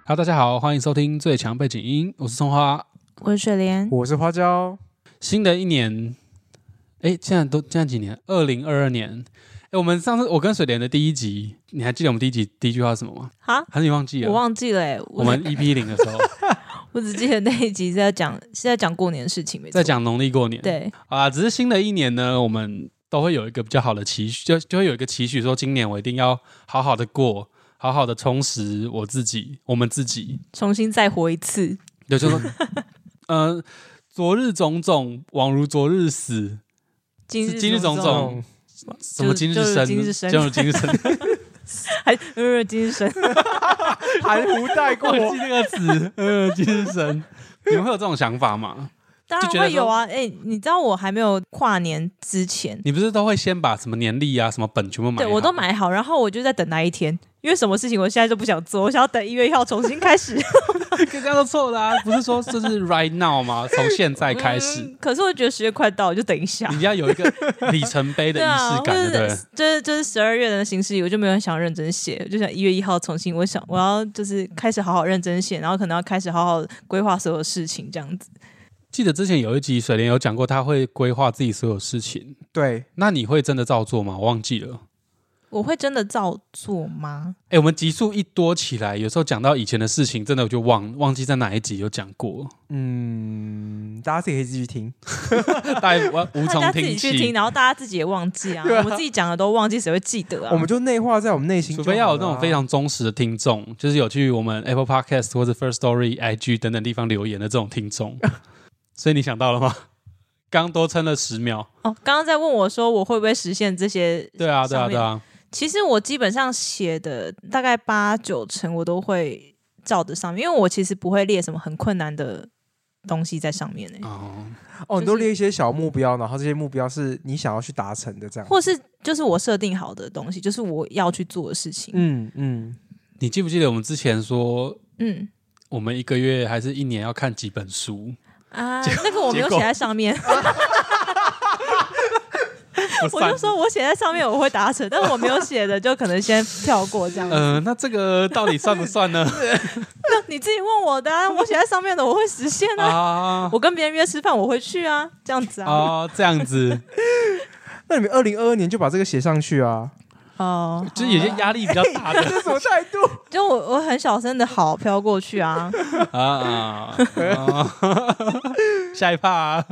Hello， 大家好，欢迎收听最强背景音，我是葱花， 我是水莲， 我是花椒。 新的一年，现在几年？2022年。我们上次我跟水莲的第一集，你还记得我们第一集第一句话是什么吗？ 哈， 还是你忘记了？ 我忘记了我们 EP0 的时候， 我只记得那一集是在讲过年的事情，没错， 在讲农历过年。 对啊，只是新的一年呢，我们都会有一个比较好的期许，就会有一个期许，说今年我一定要好好的过，好好的充实我们自己， 重新再活一次。 对，就说昨日种种，宛如昨日死， 今日种种。什么今日生？ 今日生， 今日生， 还今日生， 含糊带过， 忘记那个词。今日生，你们会有这种想法吗？ 当然会有啊！你知道我还没有跨年之前， 你不是都会先把什么年历啊、什么本全部买好？ 对，我都买好，然后我就在等那一天，因为什么事情我现在就不想做，我想要等1月1号重新开始。 这样都错了啊！不是说这是 right now 吗？从现在开始。 可是我觉得10月快到，我就等一下。 你要有一个里程碑的仪式感，对不对？就是12月的行事历，我就没有想认真写，我就想1月1号重新，我要就是开始好好认真写，然后可能要开始好好规划所有事情，这样子。 记得之前有一集水莲有讲过，他会规划自己所有事情。 对， 那你会真的照做吗？我忘记了。 我会真的照做吗？ 我们集数一多起来，有时候讲到以前的事情，真的我就忘记在哪一集有讲过。 大家自己可以继续听， 大家无从听起， 大家自己去听，然后大家自己也忘记啊。我们自己讲的都忘记，谁会记得啊？ 我们就内化在我们内心， 除非要有那种非常忠实的听众，就是有去我们 Apple Podcast 或者 First Story、IG 等等地方留言的这种听众。所以你想到了吗？刚多撑了10秒。 哦，刚刚在问我说我会不会实现这些？ 对啊。 其实我基本上写的大概8、9成我都会照着上面，因为我其实不会列什么很困难的东西在上面你都列一些小目标，然后这些目标是你想要去达成的，这样， 或是就是我设定好的东西，就是我要去做的事情。 你记不记得我们之前说，我们1个月还是1年要看几本书啊？那个我没有写在上面。我就说我写在上面我会达成，但我没有写的就可能先跳过这样子。 那这个到底算不算呢？ 那你自己问我的啊，我写在上面的我会实现啊。我跟别人约吃饭我会去啊，这样子啊。 这样子。 那你们2022年就把这个写上去啊。 就是有些压力比较大的。 这是什么态度？ 就我很小声的好飘过去啊。 下一趴啊。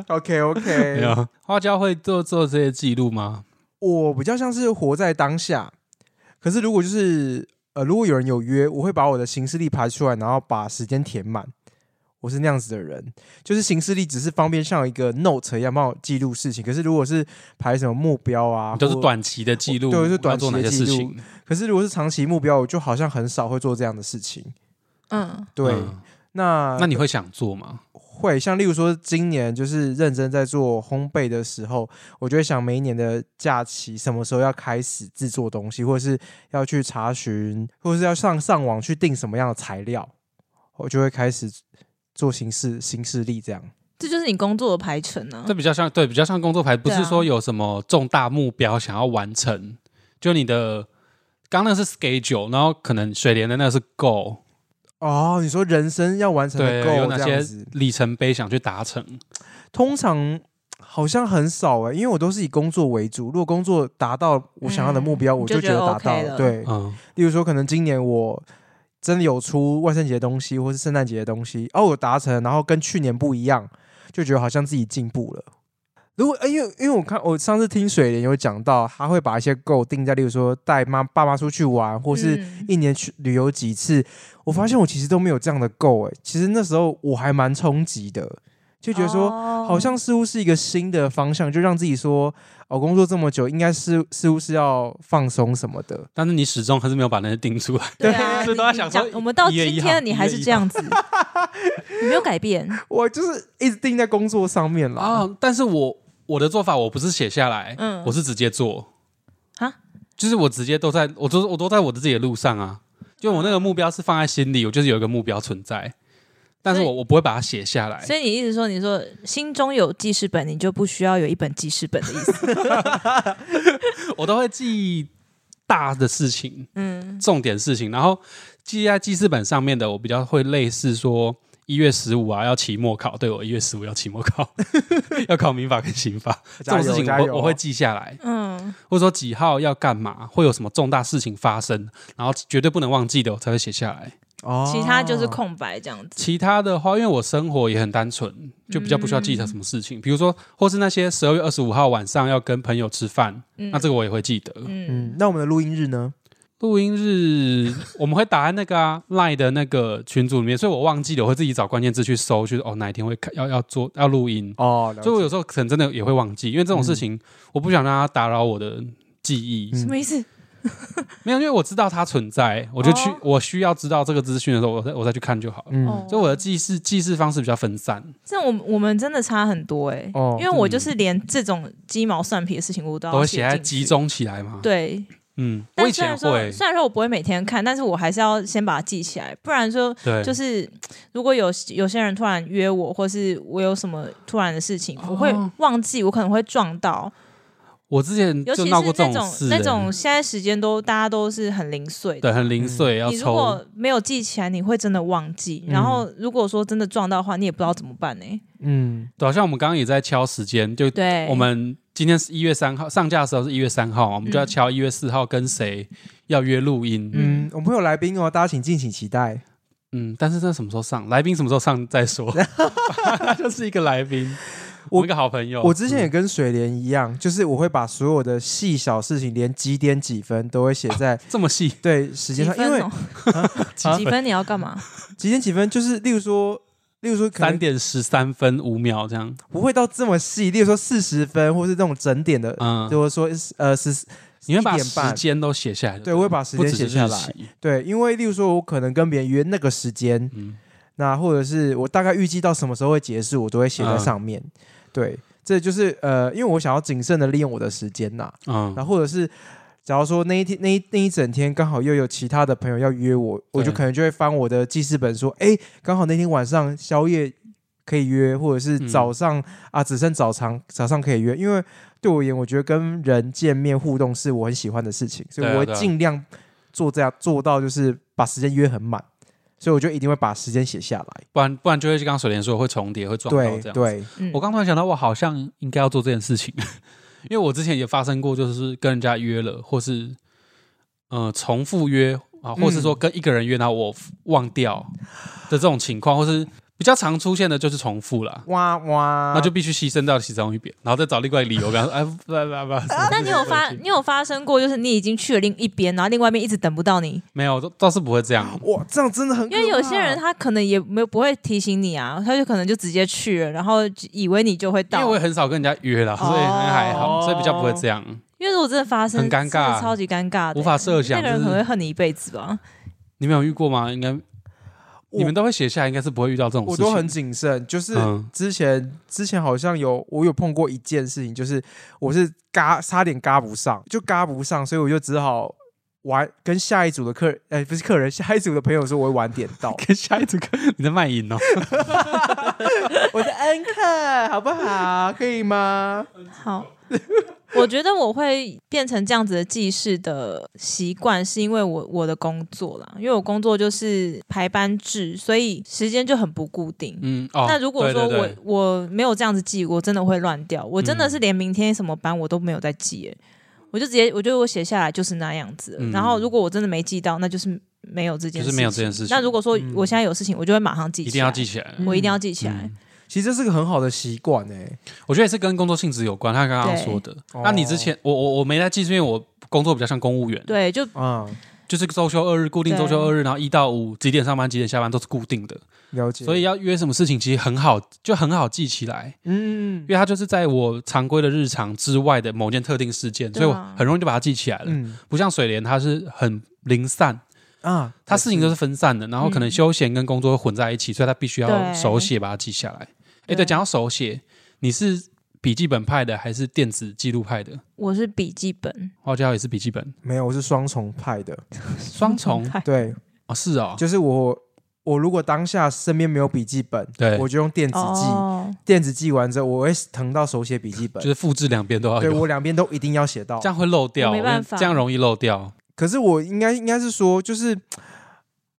OK。 花椒会做这些记录吗？ 我比较像是活在当下，可是如果就是如果有人有约，我会把我的行事历排出来，然后把时间填满。我是那样子的人，就是行事历只是方便像一个 note 一样帮我记录事情。可是如果是排什么目标啊， 都是短期的记录， 对，是短期的记录。 可是如果是长期目标，我就好像很少会做这样的事情。对。那你会想做吗？ 会，像例如说今年就是认真在做烘焙的时候，我就会想每一年的假期什么时候要开始制作东西，或者是要去查询，或者是要上网去订什么样的材料，我就会开始做行事历这样。 这就是你工作的排程啊。 这比较像工作排，不是说有什么重大目标想要完成。就你的刚那个是 schedule， 然后可能水莲的那个是 goal。 你说人生要完成的 goal 有哪些里程碑想去达成？ 通常好像很少因为我都是以工作为主。如果工作达到我想要的目标，我就觉得达到了。对，例如说可能今年我真的有出万圣节的东西，或是圣诞节的东西，我达成，然后跟去年不一样，就觉得好像自己进步了。如果因为我上次听水莲有讲到，他会把一些 goal 定在，例如说带爸妈出去玩，或是1年去旅游几次。我发现我其实都没有这样的 goal 其实那时候我还蛮冲击的，就觉得说好像似乎是一个新的方向，就让自己说工作这么久，应该似乎是要放松什么的。 但是你始终还是没有把那些定出来。 对啊， 所以都在想说， 我们到今天你还是这样子，你没有改变。 我就是一直定在工作上面了但是我的做法我不是写下来，我是直接做就是我直接都在我都在我的自己的路上啊。就我那个目标是放在心里，我就是有一个目标存在，但是我不会把它写下来。 所以你意思说，你说心中有记事本，你就不需要有一本记事本的意思？ 我都会记大的事情，重点事情，然后记在记事本上面的，我比较会类似说1月15啊要期末考，对，我1月15要期末考，要考民法跟刑法，这种事情我会记下来。或者说几号要干嘛，会有什么重大事情发生，然后绝对不能忘记的，我才会写下来。 其他就是空白这样子。 其他的话，因为我生活也很单纯，就比较不需要记得什么事情。比如说，或是那些12月25号晚上要跟朋友吃饭，那这个我也会记得。 那我们的录音日呢？ 录音日我们会打在那个LINE 的那个群组里面，所以我忘记了，我会自己找关键字去搜，就是哪一天会要录音所以我有时候可能真的也会忘记，因为这种事情我不想让它打扰我的记忆。 什么意思？ 没有，因为我知道它存在，我需要知道这个资讯的时候，我再去看就好了。所以我的记事方式比较分散。 这我们真的差很多因为我就是连这种鸡毛蒜皮的事情我都会写在集中起来嘛。 对。 我以前会， 虽然说我不会每天看，但是我还是要先把它记起来，不然说就是如果有些人突然约我，或是我有什么突然的事情，我会忘记，我可能会撞到。 我之前就闹过这种事， 那种现在时间大家都是很零碎的， 对，很零碎。要抽， 你如果没有记起来，你会真的忘记。然后如果说真的撞到的话，你也不知道怎么办呢？ 对，好像我们刚刚也在敲时间，就对， 我们今天是1月3号上架的时候是1月3号，我们就要敲1月4号跟谁要约录音。 我们会有来宾哦，大家请敬请期待。 但是这什么时候上？来宾什么时候上再说。他就是一个来宾。我一个好朋友， 我之前也跟水莲一样，就是我会把所有的细小事情，连几点几分都会写在这么细对时间上，因为几分你要干嘛？ 几点几分就是例如说 3点13分5秒这样， 不会到这么细。例如说40分，或是这种整点的，就是说你会把时间都写下来？ 对，我会把时间写下来。对，因为例如说我可能跟别人约那个时间，那或者是我大概预计到什么时候会结束，我都会写在上面。对，这就是因为我想要谨慎的利用我的时间呐。然后或者是假如说那一整天刚好又有其他的朋友要约我，我就可能就会翻我的记事本说，刚好那天晚上宵夜可以约，或者是早上只剩早上可以约。因为对我而言，我觉得跟人见面互动是我很喜欢的事情，所以我会尽量做到就是把时间约很满。所以我就一定会把时间写下来， 不然就会刚刚水莲说会重叠，会撞到这样子。对，我刚突然想到，我好像应该要做这件事情，因为我之前也发生过，就是跟人家约了，或是重复约或是说跟一个人约，然后我忘掉的这种情况，或是比较常出现的就是重复啦，那就必须牺牲掉其中一边，然后再找另外一个理由跟他说那你有发生过就是你已经去了另一边，然后另外一边一直等不到你？ 没有，倒是不会这样。 哇，这样真的很可怕。 因为有些人他可能也不会提醒你啊，他就可能就直接去了，然后以为你就会到。 因为我也很少跟人家约啦，所以还好，所以比较不会这样。 因为如果真的发生， 很尴尬， 超级尴尬的， 无法设想， 那个人可能会恨你一辈子吧。 你没有遇过吗？应该。你们都会写下来，应该是不会遇到这种事情。 我都很谨慎，就是之前好像我有碰过一件事情，就是我是差点嘎不上，所以我就只好跟下一组的不是客人，下一组的朋友说我会晚点到。 跟下一组你在卖淫哦？ 我的恩客，好不好？可以吗？ 好。我觉得我会变成这样子的记事的习惯，是因为我的工作啦，因为我工作就是排班制，所以时间就很不固定。那如果说我没有这样子记，我真的会乱掉。我真的是连明天什么班我都没有在记，我就直接我写下来就是那样子。然后如果我真的没记到，那就是没有这件事情， 就是没有这件事情。 那如果说我现在有事情，我就会马上记起来， 一定要记起来， 我一定要记起来。 其实这是个很好的习惯我觉得也是跟工作性质有关。他刚刚说的，那你之前我没在记，是因为我工作比较像公务员， 对， 就是周休2日，固定周休2日，然后1到5几点上班几点下班都是固定的。 了解。 所以要约什么事情其实很好记起来。因为它就是在我常规的日常之外的某件特定事件，所以我很容易就把它记起来了。不像水莲，它是很零散。它事情都是分散的，然后可能休闲跟工作会混在一起，所以它必须要手写把它记下来。对，讲到手写，你是笔记本派的还是电子记录派的？ 我是笔记本。 花椒也是笔记本？ 没有，我是双重派的。 双重？ 对， 是哦， 就是我如果当下身边没有笔记本，我就用电子记。电子记完之后，我会腾到手写笔记本， 就是复制两边都要有。 对，我两边都一定要写到， 这样会漏掉， 没办法， 这样容易漏掉。 可是我应该是说，就是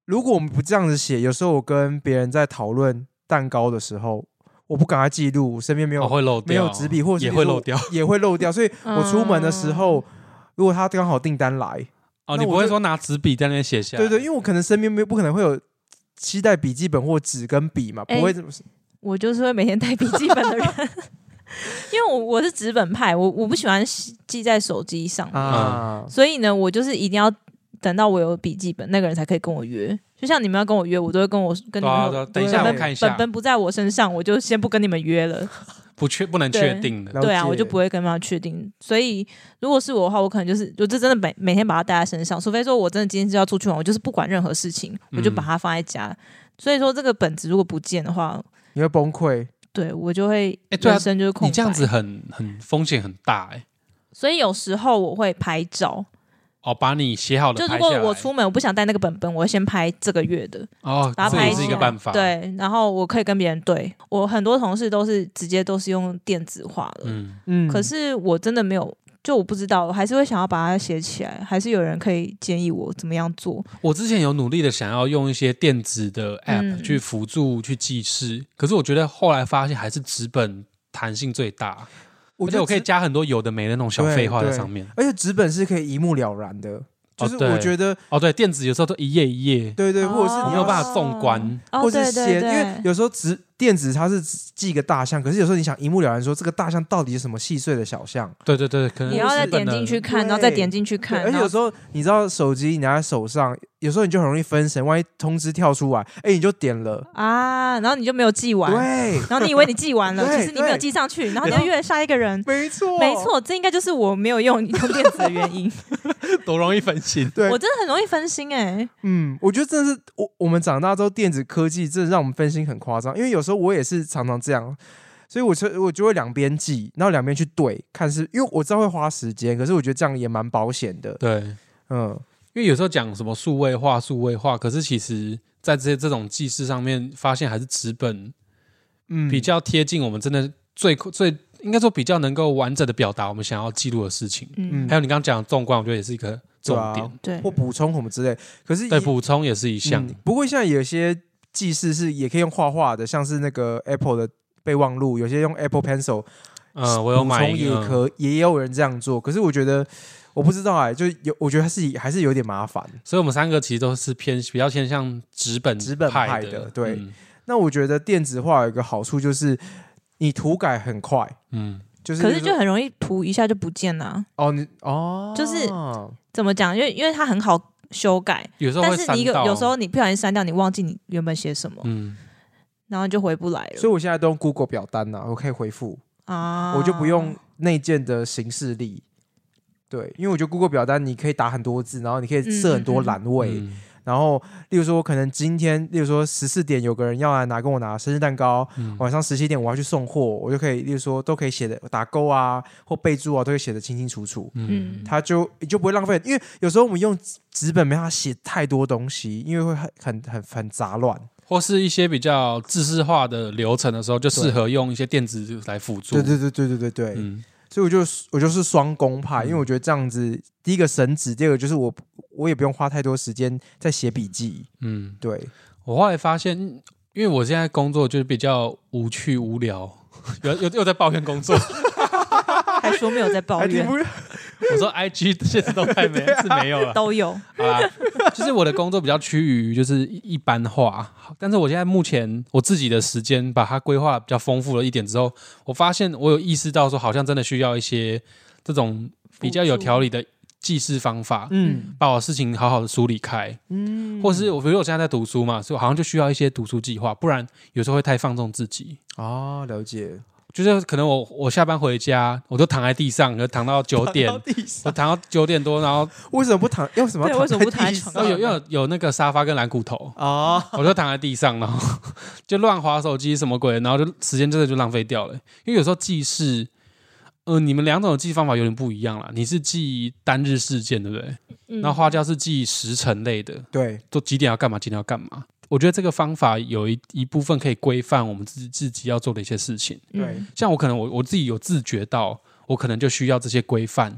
如果我们不这样子写，有时候我跟别人在讨论蛋糕的时候，我不赶快记录，身边没有没有纸笔，或者也会漏掉， 也会漏掉。所以我出门的时候，如果他刚好订单来， 你不会说拿纸笔在那边写下来？ 对，因为我可能身边不可能会有期待笔记本或纸跟笔嘛，不会这么。 我就是会每天带笔记本的人。因为我是纸本派，我不喜欢记在手机上面，所以呢，我就是一定要等到我有笔记本，那个人才可以跟我约。就像你们要跟我约，我都会跟你们说， 等一下我看一下， 本不在我身上，我就先不跟你们约了， 不能确定的。 对啊，我就不会跟他们确定。所以如果是我的话，我可能我就真的每天把它带在身上，除非说我真的今天就要出去玩，我就是不管任何事情，我就把它放在家。所以说这个本子如果不见的话， 你会崩溃。 对，我就会人生就是空白。 你这样子很风险很大所以有时候我会拍照， 把你写好的拍下来。 就如果我出门我不想带那个本，我会先拍这个月的把它拍， 这也是一个办法。 对，然后我可以跟别人对。我很多同事都是直接都是用电子化的，可是我真的没有。就我不知道，我还是会想要把它写起来，还是有人可以建议我怎么样做。 我之前有努力的想要用一些电子的 app 去辅助去记事，可是我觉得后来发现还是纸本弹性最大，而且我可以加很多有的没的那种小废话在上面， 而且纸本是可以一目了然的。就是我觉得对，电子有时候都一页一页， 对，或者是你没有办法纵观， 或者是写，因为有时候电子它是记一个大项，可是有时候你想一目了然说这个大项到底是什么细碎的小项， 对，可能你要再点进去看，然后再点进去看， 而且有时候你知道手机你拿在手上，有时候你就很容易分神，万一通知跳出来，你就点了然后你就没有记完， 对， 然后你以为你记完了，其实你没有记上去，然后你要约下一个人， 没错， 这应该就是我没有用电子的原因， 多容易分心， 对， 我真的很容易分心我觉得真的是我们长大之后，电子科技真的让我们分心很夸张，因为有时候我也是常常这样，所以我就会两边记，然后两边去对看，是因为我知道会花时间，可是我觉得这样也蛮保险的。 对，因为有时候讲什么数位化，可是其实在这种记事上面，发现还是纸本，比较贴近我们真的最应该说比较能够完整的表达我们想要记录的事情。还有你刚刚讲的纵观，我觉得也是一个重点， 对， 或补充什么之类。可是对，补充也是一项。 不过现在有些记事是也可以用画画的，像是那个 Apple 的备忘录，有些用 Apple Pencil， 我有买一个， 也有人这样做。可是我觉得我不知道我觉得还是有点麻烦。 所以我们三个其实都是比较偏向纸本派的， 对。那我觉得电子化有一个好处就是你涂改很快，就是可是就很容易涂一下就不见了。就是怎么讲？因为它很好修改， 有时候会但是有时候你不小心删掉，你忘记你原本写什么，然后就回不来了。 所以我现在都用 Google 表单我可以回复我就不用内建的形式力。对，因为我觉得 Google 表单你可以打很多字，然后你可以设很多栏位。然后例如说我可能今天例如说14点有个人要来跟我拿生日蛋糕，晚上17点我要去送货，我就可以例如说都可以写的打勾或备注都可以写的清清楚楚，它就不会浪费。因为有时候我们用纸本没办法写太多东西，因为会很杂乱， 或是一些比较制式化的流程的时候，就适合用一些电子来辅助。 对。所以我就是双攻派，因为我觉得这样子，第一个省纸，第二个就是我也不用花太多时间在写笔记。对。 我后来发现，因为我现在工作就是比较无趣无聊，又在抱怨工作， 还说没有在抱怨。 我说 IG 现实动态是没有了， 都有。 就是我的工作比较趋于就是一般化，但是我现在目前我自己的时间把它规划比较丰富了一点之后，我发现我有意识到说，好像真的需要一些这种比较有条理的记事方法，把我的事情好好的梳理开，或是比如我现在在读书嘛，所以我好像就需要一些读书计划，不然有时候会太放纵自己。 了解。 就是可能我下班回家，我就躺在地上，就躺到9点，我躺到9点多，然后为什么不躺？为什么要躺在地上？ 有那个沙发跟蓝骨头我就躺在地上，然后就乱滑手机什么鬼，然后就时间真的就浪费掉了。因为有时候记事，你们两种的记方法有点不一样啦。你是记单日事件，对不对？然后花椒是记时程类的， 对， 都几点要干嘛，几点要干嘛。我觉得这个方法有一部分可以规范我们自己要做的一些事情。 对， 像我可能我自己有自觉到，我可能就需要这些规范，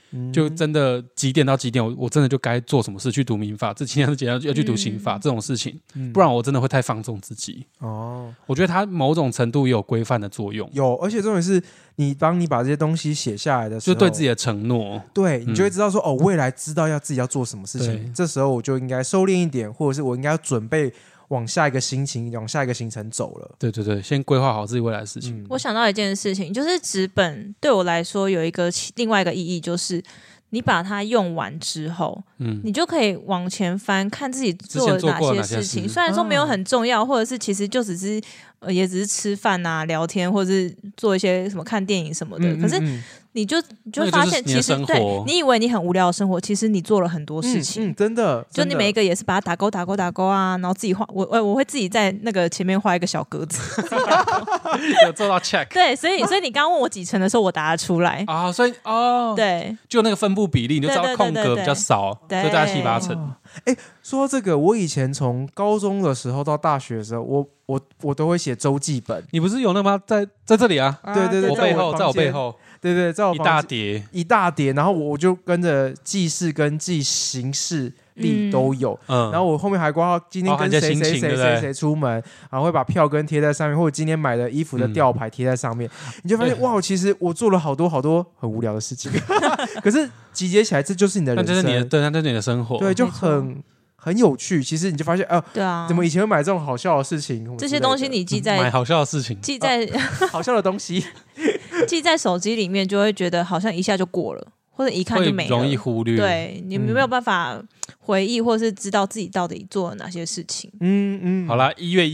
就真的几点到几点，我真的就该做什么事去读民法，这几点到几点要去读刑法这种事情，不然我真的会太放纵自己。我觉得它某种程度也有规范的作用， 有，而且重点是你把这些东西写下来的时候， 就对自己的承诺， 对你就会知道说未来知道自己要做什么事情，这时候我就应该收敛一点，或者是我应该要准备往下一个行程走了。对对对，先规划好自己未来的事情。 我想到一件事情，就是纸本对我来说有另外一个意义，就是你把它用完之后，你就可以往前翻，看自己做了哪些事情。虽然说没有很重要，或者是其实就也只是吃饭啊、聊天，或者是做一些什么看电影什么的。可是你就发现，其实对你以为你很无聊的生活，其实你做了很多事情。 真的， 就你每一个也是把它打勾啊，然后自己画。我会自己在那个前面画一个小格子， 有做到 check。 对，所以你刚刚问我几成的时候，我答得出来啊。所以对， 就那个分布比例，你就知道空格比较少，所以大概7、8成。 说到这个，我以前从高中的时候到大学的时候，我都会写周记本。 你不是有那吗？在这里啊？ 对， 我背后，在我背后。 对，在我一大叠，然后我就跟着记事跟记刑事历都有，然后我后面还挂号今天跟谁出门，然后会把票根贴在上面，或者今天买的衣服的吊牌贴在上面，你就发现哇，其实我做了好多很无聊的事情，可是集结起来，这就是你的人生， 那就是你的生活， 对，就很有趣。其实你就发现对啊， 怎么以前会买这种好笑的事情？ 这些东西你记在买好笑的事情， 记在好笑的东西， 记在手机里面，就会觉得好像一下就过了，或者一看就没了， 容易忽略。 对，你没有办法回忆，或是知道自己到底做了哪些事情。 好啦，1月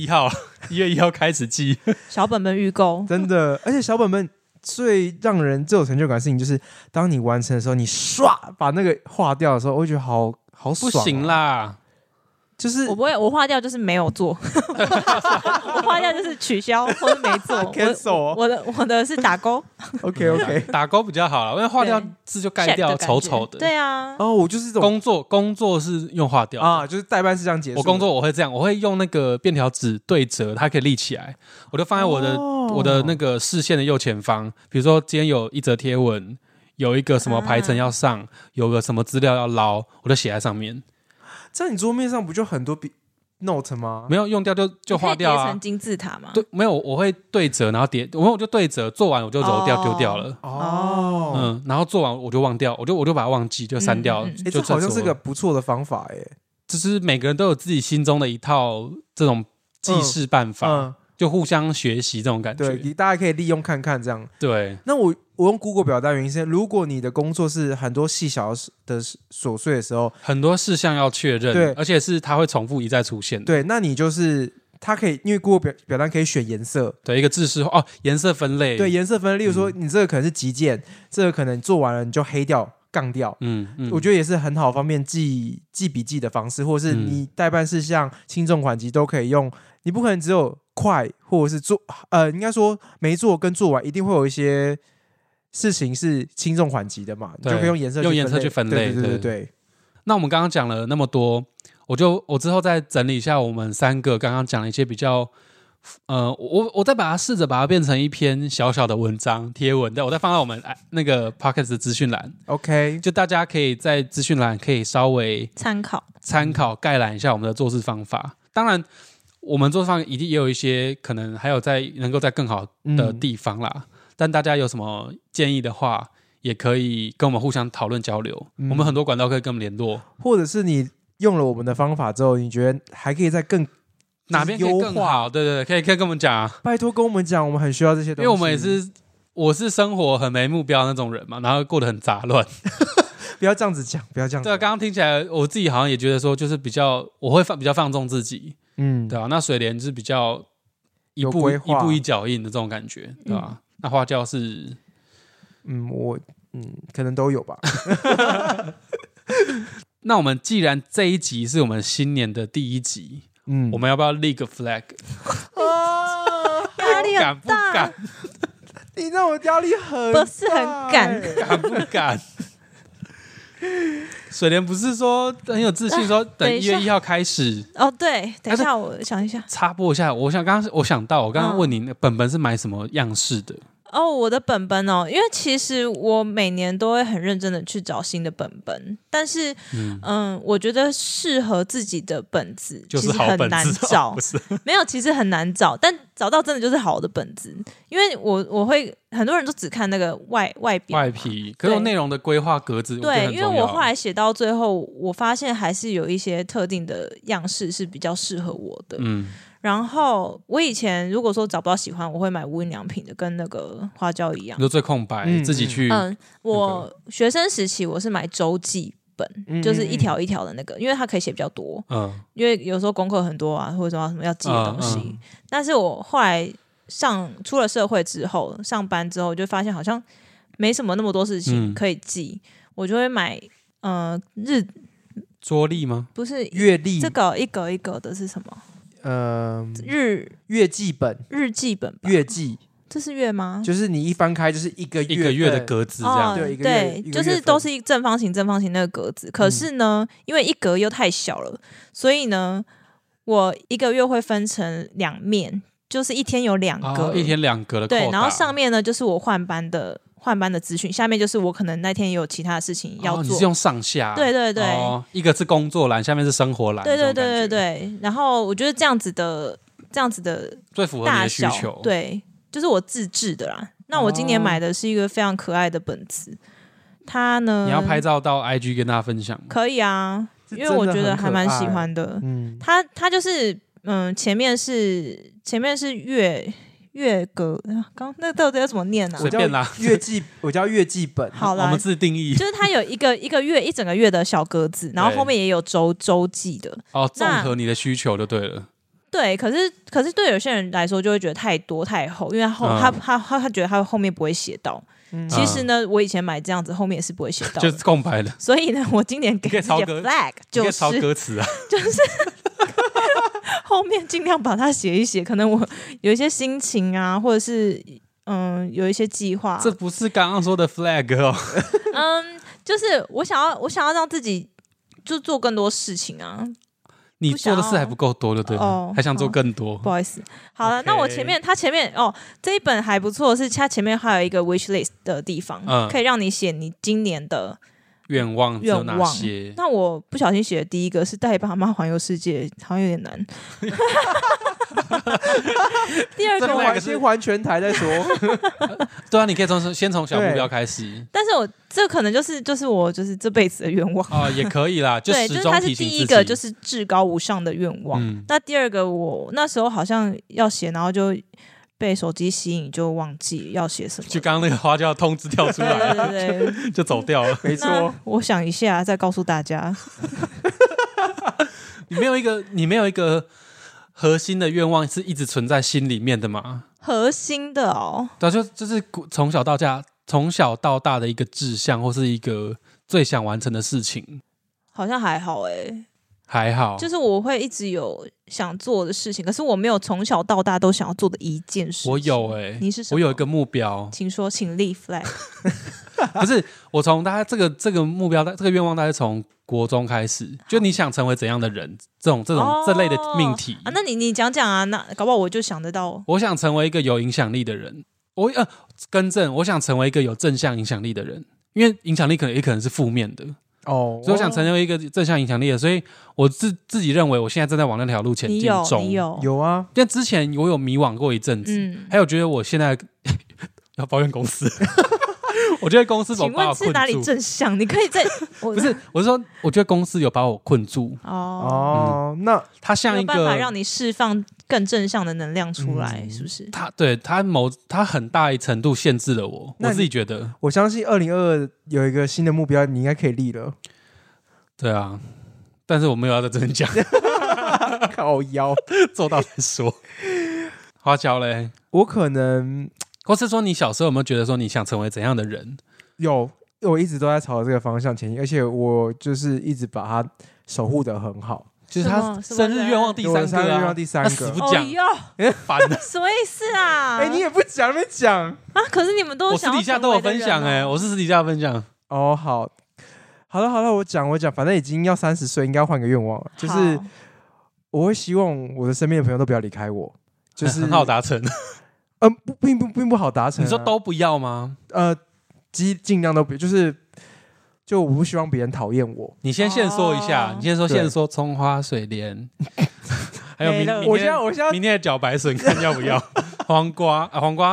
1号开始记小本本预购， 真的，而且小本本最让人最有成就感的事情，就是当你完成的时候，你唰把那个划掉的时候，我会觉得好爽。 不行啦。 就是我不会，我划掉就是没有做，我划掉就是取消或者没做。我的是打勾。 OK， 打勾比较好了，因为划掉字就盖掉，丑丑的。 对啊。 我就是这种工作是用划掉啊，就是代办事项结束。 我工作我会这样，我会用那个便条纸对折，它可以立起来，我就放在我的那个视线的右前方。比如说今天有一则贴文，有一个什么排程要上，有个什么资料要捞，我就写在上面。 在你桌面上不就很多note 吗？ 没有用掉就划掉啊。 叠成金字塔吗？ 对，没有，我会对折，然后我就对折，做完我就揉掉丢掉了。然后做完我就忘掉，我就把它忘记，就删掉。 这好像是个不错的方法耶。 就是每个人都有自己心中的一套这种记事办法。就互相学习这种感觉， 对，大家可以利用看看这样。 对， 那我用 Google 表达原因是，如果你的工作是很多细小的琐碎的时候， 很多事项要确认，对，而且是它会重复一再出现的。 对，那你就是它可以，因为 Google 表单可以选颜色， 对，一个制式颜色分类， 对，颜色分类。例如说，你这个可能是急件，这个可能做完了你就黑掉。杠掉，我觉得也是很好方便记笔记的方式，或者是你代办事项、轻重缓急都可以用。你不可能只有快，或者是做，应该说没做跟做完，一定会有一些事情是轻重缓急的嘛，你就可以用颜色去分类。对。 那我们刚刚讲了那么多，我之后再整理一下我们3个刚刚讲了一些比较。我再试着把它变成一篇小小的文章贴文，我再放到我们那个 podcast 的资讯栏。 OK， 就大家可以在资讯栏可以稍微参考概览一下我们的做事方法。当然，我们做事方法一定也有一些可能还有能够在更好的地方啦。但大家有什么建议的话，也可以跟我们互相讨论交流。我们很多管道可以跟我们联络， 或者是你用了我们的方法之后，你觉得还可以再更。 哪边可以更好？对，可以跟我们讲啊！ 拜托跟我们讲，我们很需要这些东西。 因为我是生活很没目标那种人嘛，然后过得很杂乱。 不要这样子讲，不要这样子。 对，刚刚听起来，我自己好像也觉得说，就是我会比较放纵自己，对吧？那水莲是比较一步一脚印的这种感觉，对吧？那花椒是， 我可能都有吧。 那我们既然这一集是我们新年的第1集。我们要不要立个 flag？ 压力很大， 敢不敢？ 你让我压力不是很敢， 敢不敢？水莲不是说很有自信说等1月1号开始？ 对，等一下我想一下， 插播一下，我刚刚想到，我刚刚问你本是买什么样式的？ 我的本本哦，因为其实我每年都会很认真的去找新的本本，但是我觉得适合自己的本子其实很难找，没有，其实很难找，但找到真的就是好的本子，因为我会很多人都只看那个外表外皮，可是内容的规划格子对，因为我后来写到最后，我发现还是有一些特定的样式是比较适合我的，然后我以前如果说找不到喜欢，我会买无印良品的，跟那个花椒一样， 就最空白，自己去。 我学生时期我是买周记本，就是一条一条的那个，因为它可以写比较多。因为有时候功课很多啊，或者说什么要记的东西。但是我后来出了社会之后，上班之后，就发现好像没什么那么多事情可以记，我就会买桌历吗？ 不是月历， 这个一格一格的是什么？ 月记本， 日记本吧， 月记， 这是月吗？ 就是你一翻开就是一个月的格子这样， 对，就是都是正方形那个格子。可是呢，因为一格又太小了，所以呢，我一个月会分成2面，就是一天有2格， 一天2格的扣打。 对，然后上面呢就是我换班的资讯，下面就是我可能那天也有其他的事情要做。 你是用上下？ 对对对， 一个是工作栏，下面是生活栏。 对对对对对。然后我觉得这样子的最符合你的需求。 对，就是我自制的啦。那我今年买的是一个非常可爱的本子，它呢， 你要拍照到 IG 跟大家分享吗？ 可以啊，因为我觉得还蛮喜欢的。它就是前面是月格，刚那到底要怎么念呢？ 随便啦， 我叫月记本。 好啦， 我们自己定义， 就是它有一个月一整个月的小格子，然后后面也有周记的。 综合你的需求就对了。 对，可是对有些人来说就会觉得太多太厚，因为他觉得他后面不会写到。其实呢，我以前买这样子后面也是不会写到， 就是空白的。 所以呢，我今年给自己的 flag 就是抄歌词啊， 就是后面尽量把它写一写。可能我有一些心情啊，或者是有一些计划。 这不是刚刚说的 flag 哦。 就是我想要让自己就做更多事情啊。 你做的事还不够多，对了，还想做更多。 不好意思，好了，那我它前面这一本还不错，是它前面还有一个 wish list 的地方，可以让你写你今年的愿望有哪些。 那我不小心写的第一个是带爸妈环游世界，好像有点难。第二个先环全台再说。 对啊，你可以先从小目标开始。 但是我这可能就是我这辈子的愿望也可以啦，就始终它是第一个就是至高无上的愿望。那第二个我那时候好像要写，然后就被手机吸引，就忘记要写什么。 就刚刚那个花椒通知跳出来，对，就走掉了。 没错， 我想一下再告诉大家。 你没有一个核心的愿望是一直存在心里面的吗？ 核心的对，就是从小到大的一个志向，或是一个最想完成的事情。 好像还好还好， 就是我会一直有想做的事情，可是我没有从小到大都想要做的一件事情。 我有你是什么？ 我有一个目标， 请说，请立 flag。 不是，我从大概这个目标，这个愿望大概从国中开始，就你想成为怎样的人，这类的命题那你讲讲啊，那搞不好我就想得到。 我想成为一个有影响力的人。我想成为一个有正向影响力的人，因为影响力也可能是负面的。所以我想成为一个正向影响力的，所以我自己认为我现在正在往那条路前进中。 你有啊， 因为之前我有迷惘过一阵子，还有觉得我现在要抱怨公司。我觉得公司把我困住。 请问是哪里正向？你可以在不是，我是说，我觉得公司有把我困住。 那它像一个有办法让你释放更正向的能量出来，是不是？ 它很大一程度限制了我。我自己觉得， 我相信2022有一个新的目标，你应该可以立了。 对啊，但是我没有要在这边讲。 靠腰， 做到再说。花椒嘞， 我可能。 或是说，你小时候有没有觉得说你想成为怎样的人？ 有，我一直都在朝着这个方向前进，而且我就是一直把它守护得很好。 就是他生日愿望第3个， 生日愿望第3个， 死不讲，烦了。 什么意思啊？ 你也不讲，没讲啊？可是你们都想要我私底下都有分享我是私底下分享。 好了，我讲，反正已经要30岁，应该要换个愿望了，就是我会希望我的身边的朋友都不要离开我，就是很好达成。 并不好达成。 你说都不要吗？ 尽量都不，就我不希望别人讨厌我。 你先说一下，你先说葱花水莲，还有我现在明天的茭白笋看要不要？黄瓜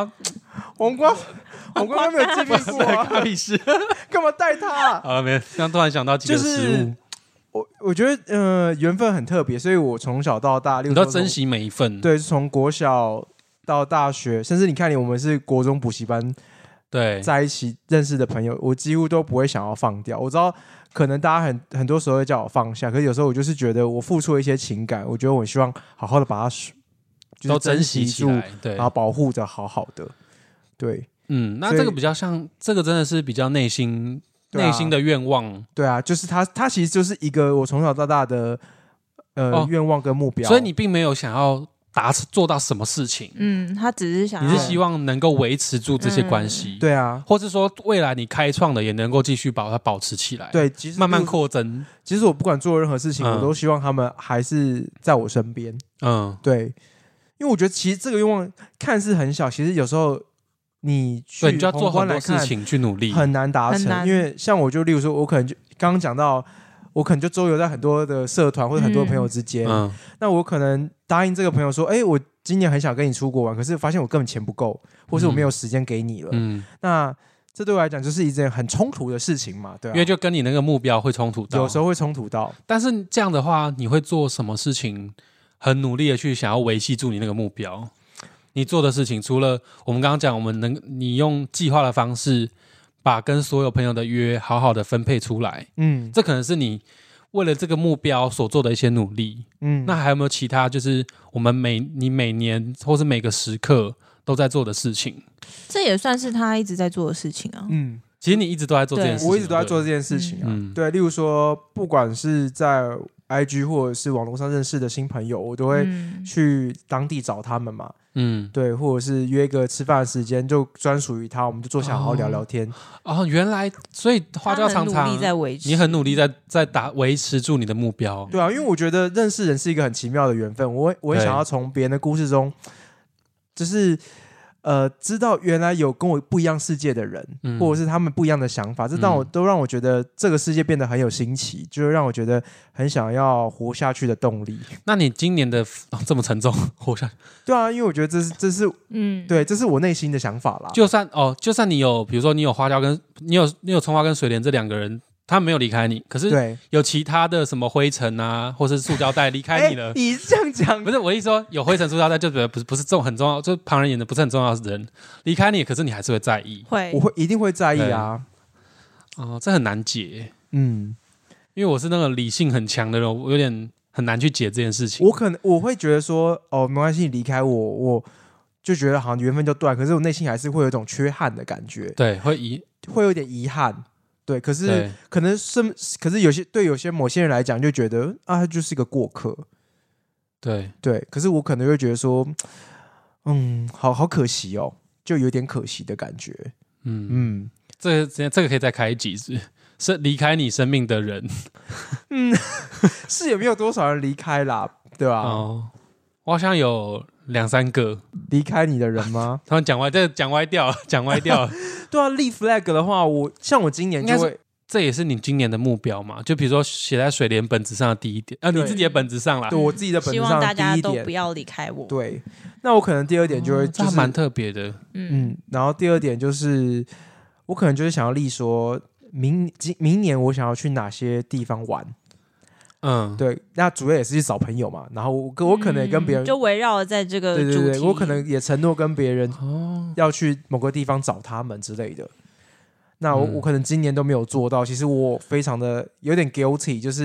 没有见面过啊，干嘛带他？ 好了，没有，刚突然想到几个食物。 我觉得缘分很特别，所以我从小到大， 你都珍惜每一份。 对，从国小到大学，甚至你看我们是国中补习班， 对， 在一起认识的朋友，我几乎都不会想要放掉。我知道可能大家很多时候会叫我放下，可是有时候我就是觉得我付出了一些情感，我觉得我希望好好的把它都珍惜住，对， 然后保护着好好的。对， 那这个比较像，这个真的是比较内心的愿望。 对啊，就是它其实就是一个我从小到大的愿望跟目标。 所以你并没有想要做到什么事情， 他只是想要， 你是希望能够维持住这些关系， 对啊， 或是说未来你开创的也能够继续把它保持起来， 对， 慢慢扩增。 其实我不管做任何事情，我都希望他们还是在我身边，对，因为我觉得其实这个愿望看似很小，其实有时候你就要做很多事情去努力， 很难达成。因为像我就例如说，我可能就刚刚讲到，我可能就周游在很多的社团或者很多朋友之间，那我可能答应这个朋友说，我今年很想跟你出国玩，可是发现我根本钱不够，或是我没有时间给你了，那这对我来讲就是一件很冲突的事情嘛，对啊， 因为就跟你那个目标会冲突到， 有时候会冲突到。 但是这样的话，你会做什么事情？很努力的去想要维系住你那个目标。你做的事情，除了我们刚刚讲，你用计划的方式，把跟所有朋友的约好好的分配出来，这可能是你为了这个目标所做的一些努力，那还有没有其他，就是你每年或是每个时刻都在做的事情？ 这也算是他一直在做的事情啊。 其实你一直都在做这件事情， 我一直都在做这件事情啊。对，例如说，不管是在 IG 或者是网络上认识的新朋友，我都会去当地找他们嘛。对，或者是约个吃饭的时间，就专属于他，我们就坐下好好聊聊天。 原来，所以花椒常常你很努力在维持住你的目标。 对啊，因为我觉得认识人是一个很奇妙的缘分，我也想要从别人的故事中，就是知道原来有跟我不一样世界的人，或者是他们不一样的想法，这都让我觉得这个世界变得很有新奇，就是让我觉得很想要活下去的动力。那你今年的这么沉重，活下去？ 对啊，因为我觉得这是对，这是我内心的想法啦。 就算你有，比如说你有花椒跟你有葱花跟水莲这两个人。他没有离开你，可是有其他的什么灰尘啊，或是塑胶袋离开你了。 你这样讲不是我意思说，有灰尘、塑胶袋就不是很重要，就旁人眼的不是很重要的人离开你，可是你还是会在意。 我一定会在意啊。 这很难解。因为我是那个理性很强的人，我有点很难去解这件事情。 我会觉得说，没关系，你离开我就觉得好像缘分就断，可是我内心还是会有一种缺憾的感觉。 对，会有点遗憾。对，可是有些某些人来讲，就觉得他就是一个过客。对，可是我可能会觉得说，好可惜哦，就有点可惜的感觉。 这个可以再开一集是离开你生命的人。 是也没有多少人离开啦，对吧？ 我好像有2-3个离开你的人吗？ 他们讲歪掉。 对啊，立 flag 的话，我今年就会， 这也是你今年的目标嘛？就比如说写在水莲本子上的第一点，你自己的本子上啦。 对，我自己的本子上希望大家都不要离开我。 对，那我可能第二点就会， 这蛮特别的。 然后第二点就是，我可能就是想要立说，明年我想要去哪些地方玩。对，那主要也是去找朋友嘛，然后我可能也跟别人就围绕在这个主题， 对，我可能也承诺跟别人要去某个地方找他们之类的。那我可能今年都没有做到，其实我非常的有点 guilty， 就是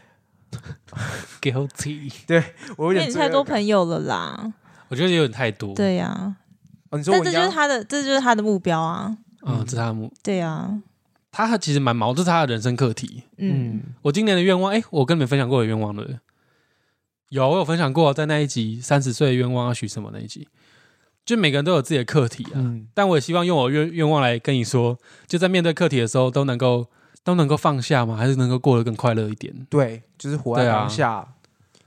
guilty， 对我有点因为你太多朋友了啦， 我觉得有点太多。 对呀， 你说但这就是他的目标啊， 这是他的对啊。 他其实蛮毛，这是他的人生课题。我今年的愿望，我跟你们分享过的愿望了。我有分享过，在那一集30岁的愿望要许什么那一集，就每个人都有自己的课题啊。但我也希望用我愿望来跟你说，就在面对课题的时候，都能够放下嘛，还是能够过得更快乐一点。 对，就是活在当下。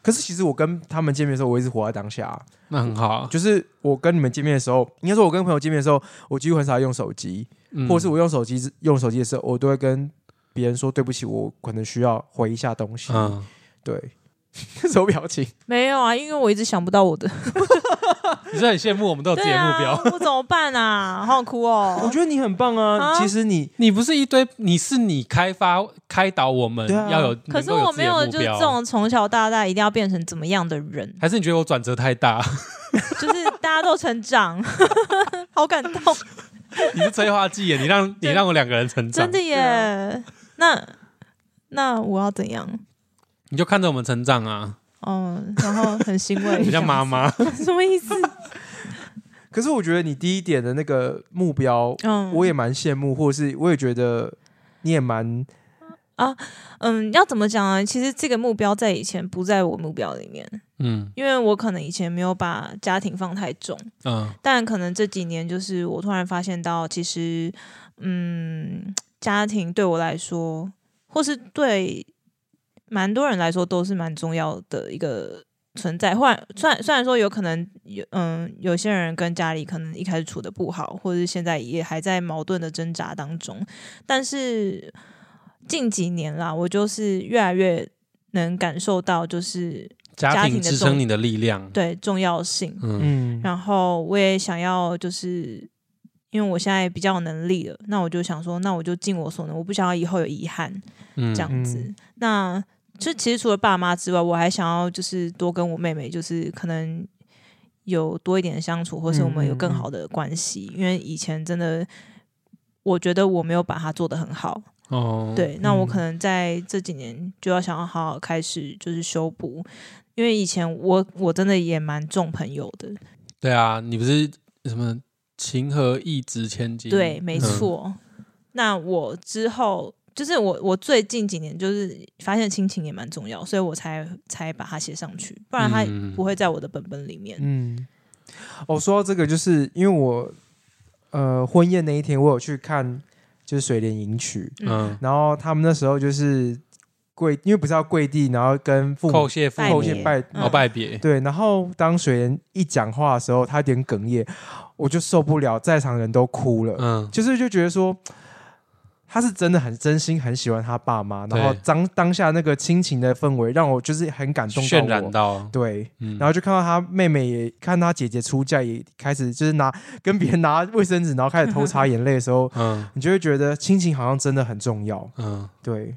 可是其实我跟他们见面的时候，我一直活在当下， 那很好啊。 就是我跟你们见面的时候，应该说我跟朋友见面的时候，我几乎很少用手机，或者是我用手机的时候，我都会跟别人说对不起，我可能需要回一下东西。对。什么表情？ 没有啊，因为我一直想不到我的。 你是很羡慕我们都有自己的目标， 我怎么办啊？好想哭哦！ 我觉得你很棒啊，其实你不是一堆，你开导我们要有， 可是我没有就是这种从小到大一定要变成怎么样的人， 还是你觉得我转折太大？ 就是大家都成长，好感动。 你是催化剂耶，你让我2个人成长， 真的耶。那我要怎样？ 你就看着我们成长啊， 然后很欣慰， 很像妈妈， 什么意思？ 可是我觉得你第一点的那个目标，我也蛮羡慕，或者是我也觉得你也蛮要怎么讲呢？其实这个目标在以前不在我目标里面，因为我可能以前没有把家庭放太重，但可能这几年就是我突然发现到，其实家庭对我来说，或是对蛮多人来说都是蛮重要的一个存在。虽然说有可能有些人跟家里可能一开始处得不好，或者是现在也还在矛盾的挣扎当中，但是近几年啦，我就是越来越能感受到就是家庭支撑你的力量， 对重要性。然后我也想要就是因为我现在比较有能力了，那我就想说，那我就尽我所能，我不想要以后有遗憾，这样子。那就其实除了爸妈之外，我还想要就是多跟我妹妹，就是可能有多一点的相处，或是我们有更好的关系。因为以前真的，我觉得我没有把它做得很好。对，那我可能在这几年就要想要好好开始就是修补，因为以前我真的也蛮重朋友的。 对啊，你不是什么情和义值千金？ 对，没错。那我之后。就是我最近几年就是发现亲情也蛮重要，所以我才把它写上去，不然它不会在我的本本里面。 说到这个，就是因为我婚宴那一天，我有去看就是水莲迎娶，然后他们那时候就是因为不是要跪地，然后跟父母叩谢拜别， 对。然后当水莲一讲话的时候，他有点哽咽，我就受不了，在场人都哭了，就觉得说。他是真的很真心很喜欢他爸妈，然后当下那个亲情的氛围让我就是很感动到我， 渲染到对，然后就看到他妹妹也看他姐姐出嫁也开始就是跟别人拿卫生纸，然后开始偷擦眼泪的时候，你就会觉得亲情好像真的很重要，对。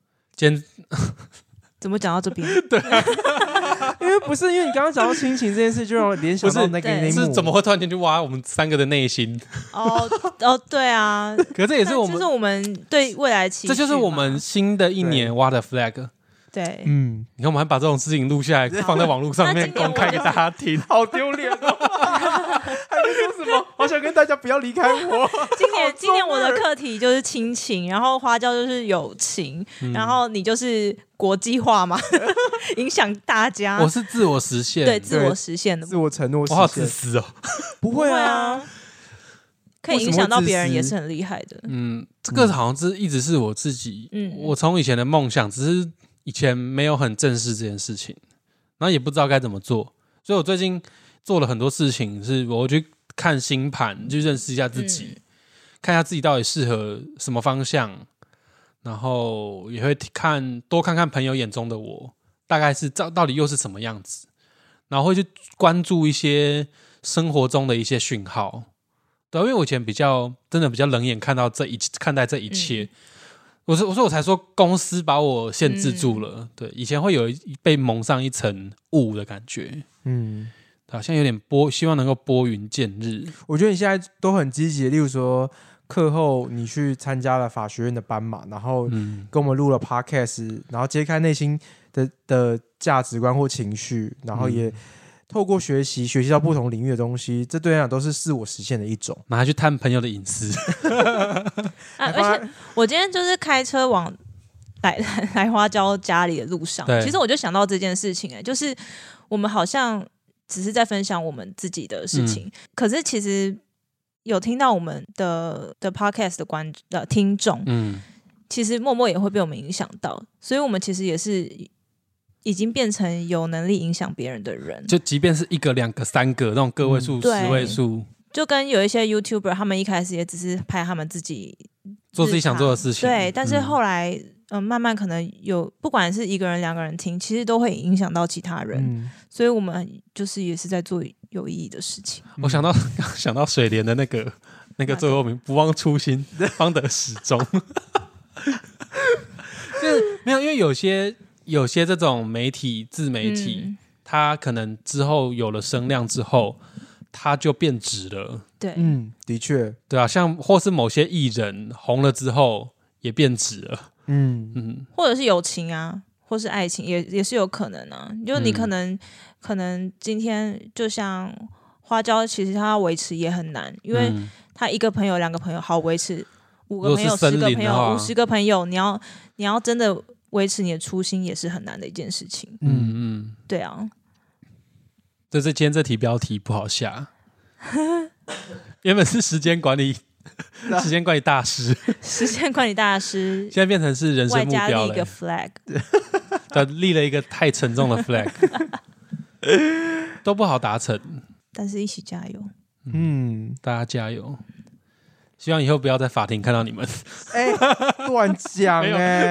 怎么讲到这边？ 对，因为你刚刚讲到亲情这件事，就让我联想到那一幕。 是怎么会突然间去挖我们3个的内心？ 对啊。 可是这也是我们， 就是我们对未来期许， 这就是我们新的一年挖的 flag。 对， 你看我们还把这种事情录下来，放在网络上面公开给大家听， 好丢脸哦！还没说什么，好想跟大家不要离开我。 今年我的课题就是亲情，然后花椒就是友情，然后你就是国际化嘛，影响大家。 我是自我实现， 对自我实现的， 自我承诺实现。 我好自私哦， 不会啊， 可以影响到别人也是很厉害的。 这个好像一直是我自己，我从以前的梦想，只是以前没有很正视这件事情，然后也不知道该怎么做，所以我最近做了很多事情，是我去看星盘，去认识一下自己，看一下自己到底适合什么方向，然后也会多看看朋友眼中的我，大概是到底又是什么样子，然后会去关注一些生活中的一些讯号。对，因为我以前真的比较冷眼看待这一切。我才说公司把我限制住了。对，以前会有被蒙上一层雾的感觉。好像有点希望能够拨云见日。我觉得你现在都很积极，例如说课后你去参加了法学院的班嘛，然后跟我们录了 podcast， 然后揭开内心的价值观或情绪，然后也透过学习到不同领域的东西，这对来讲都是自我实现的一种。 拿去探朋友的隐私。 而且我今天就是开车往来花椒家里的路上，其实我就想到这件事情，就是我们好像只是在分享我们自己的事情，可是其实有听到我们的 podcast 的听众，其实默默也会被我们影响到，所以我们其实也是已经变成有能力影响别人的人， 就即便是1个、2个、3个那种个位数、10位数， 就跟有一些 YouTuber， 他们一开始也只是拍他们自己做自己想做的事情， 对，但是后来慢慢可能有，不管是1个人、2个人听，其实都会影响到其他人，所以我们就是也是在做有意义的事情。 我想到水莲的那个座右铭，不忘初心，方得始终。就是没有，因为有些这种媒体自媒体，它可能之后有了声量之后，它就变质了。 对， 的确， 对啊，像或是某些艺人红了之后也变质了。 或者是友情啊，或是爱情，也是有可能啊。就你可能今天就像花椒，其实它要维持也很难，因为他1个朋友、2个朋友好维持，5个朋友、10个朋友、50个朋友，你要真的维持你的初心，也是很难的一件事情。对啊。 这今天这题标题不好下，原本是时间管理大师， 时间管理大师， 现在变成是人生目标了， 外加立一个 flag， 立了一个太沉重的 flag， 都不好达成， 但是一起加油。 大家加油！希望以后不要在法庭看到你们。 乱讲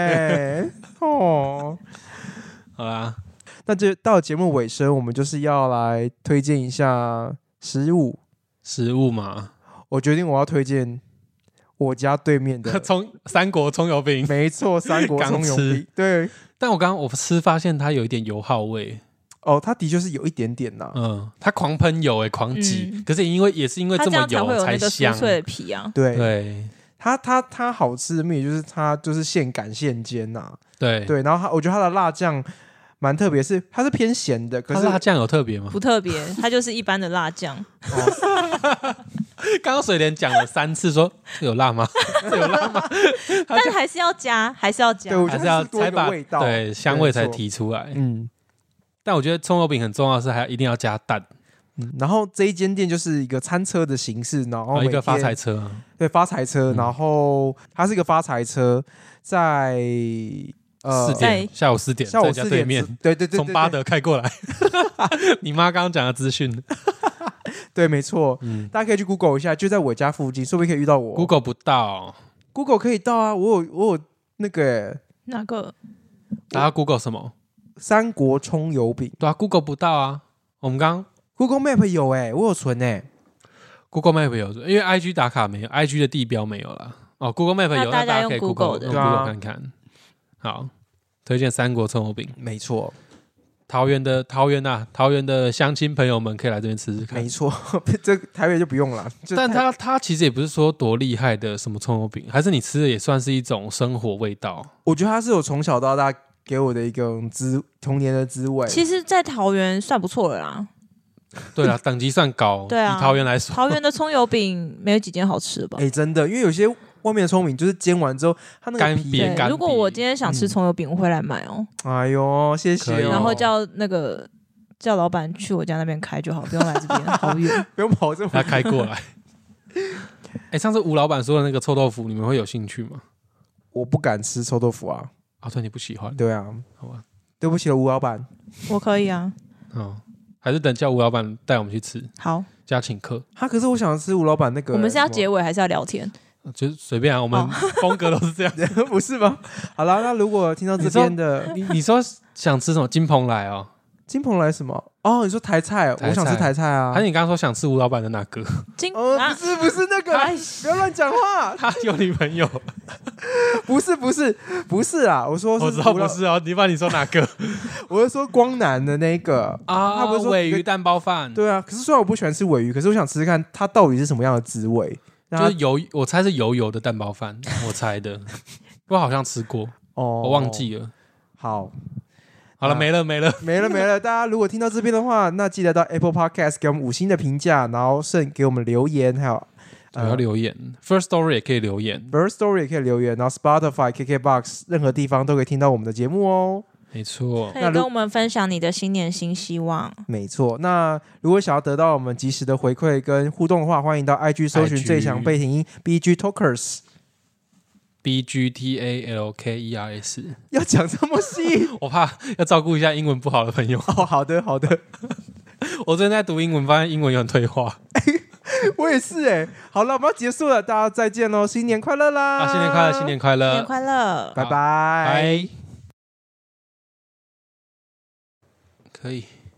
哦。 好啦， 那就到节目尾声，我们就是要来推荐一下食物嘛。 我决定我要推荐我家对面的三国葱油饼。 没错，三国葱油饼。对， 但我刚刚我吃发现它有一点油耗味。 它的确是有一点点呐。 它狂喷油狂挤，可是也是因为这么油才香。 酥脆的皮啊。 对，它好吃的秘诀就是它就是现擀现煎呐。对，然后我觉得它的辣酱蛮特别，它是偏咸的，可是辣酱有特别吗？ 不特别，它就是一般的辣酱。 刚刚水莲讲了3次说这有辣吗？这有辣吗？ 但还是要加， 对，我觉得是多一个味道， 对，香味才提出来。但我觉得葱油饼很重要的是还一定要加蛋。 然后这一间店就是一个餐车的形式，然后一个发财车， 对，发财车，然后它是一个发财车，在下午4点，在家对面， 对， 从巴德开过来。你妈刚刚讲的资讯， 对，没错，大家可以去 Google 一下，就在我家附近，说不定可以遇到我。 Google 不到 ，Google 可以到啊，我有那个哪个？ 大家 Google 什么？ 三国葱油饼。 对啊 ，Google 不到啊，我们刚 Google Map 有我有存 Google Map 有，因为 IG 打卡没有 ，IG 的地标没有了。Google Map 有，那大家可以 Google 看看。好，推荐三国葱油饼， 没错。 桃园的乡亲朋友们可以来这边吃吃看。 没错，这台北就不用了。 但它其实也不是说多厉害的什么葱油饼，还是你吃的也算是一种生活味道。 我觉得它是有从小到大给我的一个童年的滋味。 其实，在桃园算不错了啦。 对啦，等级算高。 对啊， 以桃园来说， 桃园的葱油饼没有几间好吃的吧？ 真的，因为有些外面的葱饼就是煎完之后，它那个皮干瘪。 如果我今天想吃葱油饼，我会来买哦。 哎呦，谢谢。 然后叫老板去我家那边开就好，不用来这边，好远， 不用跑这么远。 他开过来。上次吴老板说的那个臭豆腐，你们会有兴趣吗？ 我不敢吃臭豆腐啊。 对，你不喜欢？ 对啊， 好吧， 对不起了，吴老板。 我可以啊。 还是等叫吴老板带我们去吃。 好， 加请客。 可是我想吃吴老板那个。 我们是要结尾还是要聊天？ 就是随便啊，我们风格都是这样， 不是吗？好了，那如果听到这边的， 你说想吃什么？金蓬莱哦， 金蓬莱什么？你说台菜，我想吃台菜啊。 还是你刚刚说想吃吴老板的哪个？ 不是那个，不要乱讲话。他有女朋友？ 不是啊！我说我知道不是哦，你说哪个？ 我是说光南的那个他不是说鲔鱼蛋包饭？ 对啊，可是虽然我不喜欢吃鲔鱼，可是我想吃吃看它到底是什么样的滋味。 就是我猜是油的蛋包饭，我猜的，我好像吃过我忘记了。好了，没了。 大家如果听到这边的话，那记得到 Apple Podcast 给我们5星的评价，然后给我们留言，还有要留言 ，First Story 也可以留言 ，First Story 也可以留言，然后 Spotify、KKBox 任何地方都可以听到我们的节目哦。 没错， 可以跟我们分享你的新年新希望。 没错，那如果想要得到我们及时的回馈跟互动的话，欢迎到 IG 搜寻最强背景音 BG Talkers。 BGTALKERS。 要讲这么细？ 我怕要照顾一下英文不好的朋友。 哦，好的好的。 我最近在读英文，发现英文有点退化。 我也是好了，我们要结束了，大家再见喽，新年快乐啦！ 新年快乐，新年快乐， 新年快乐， 拜拜， 可以。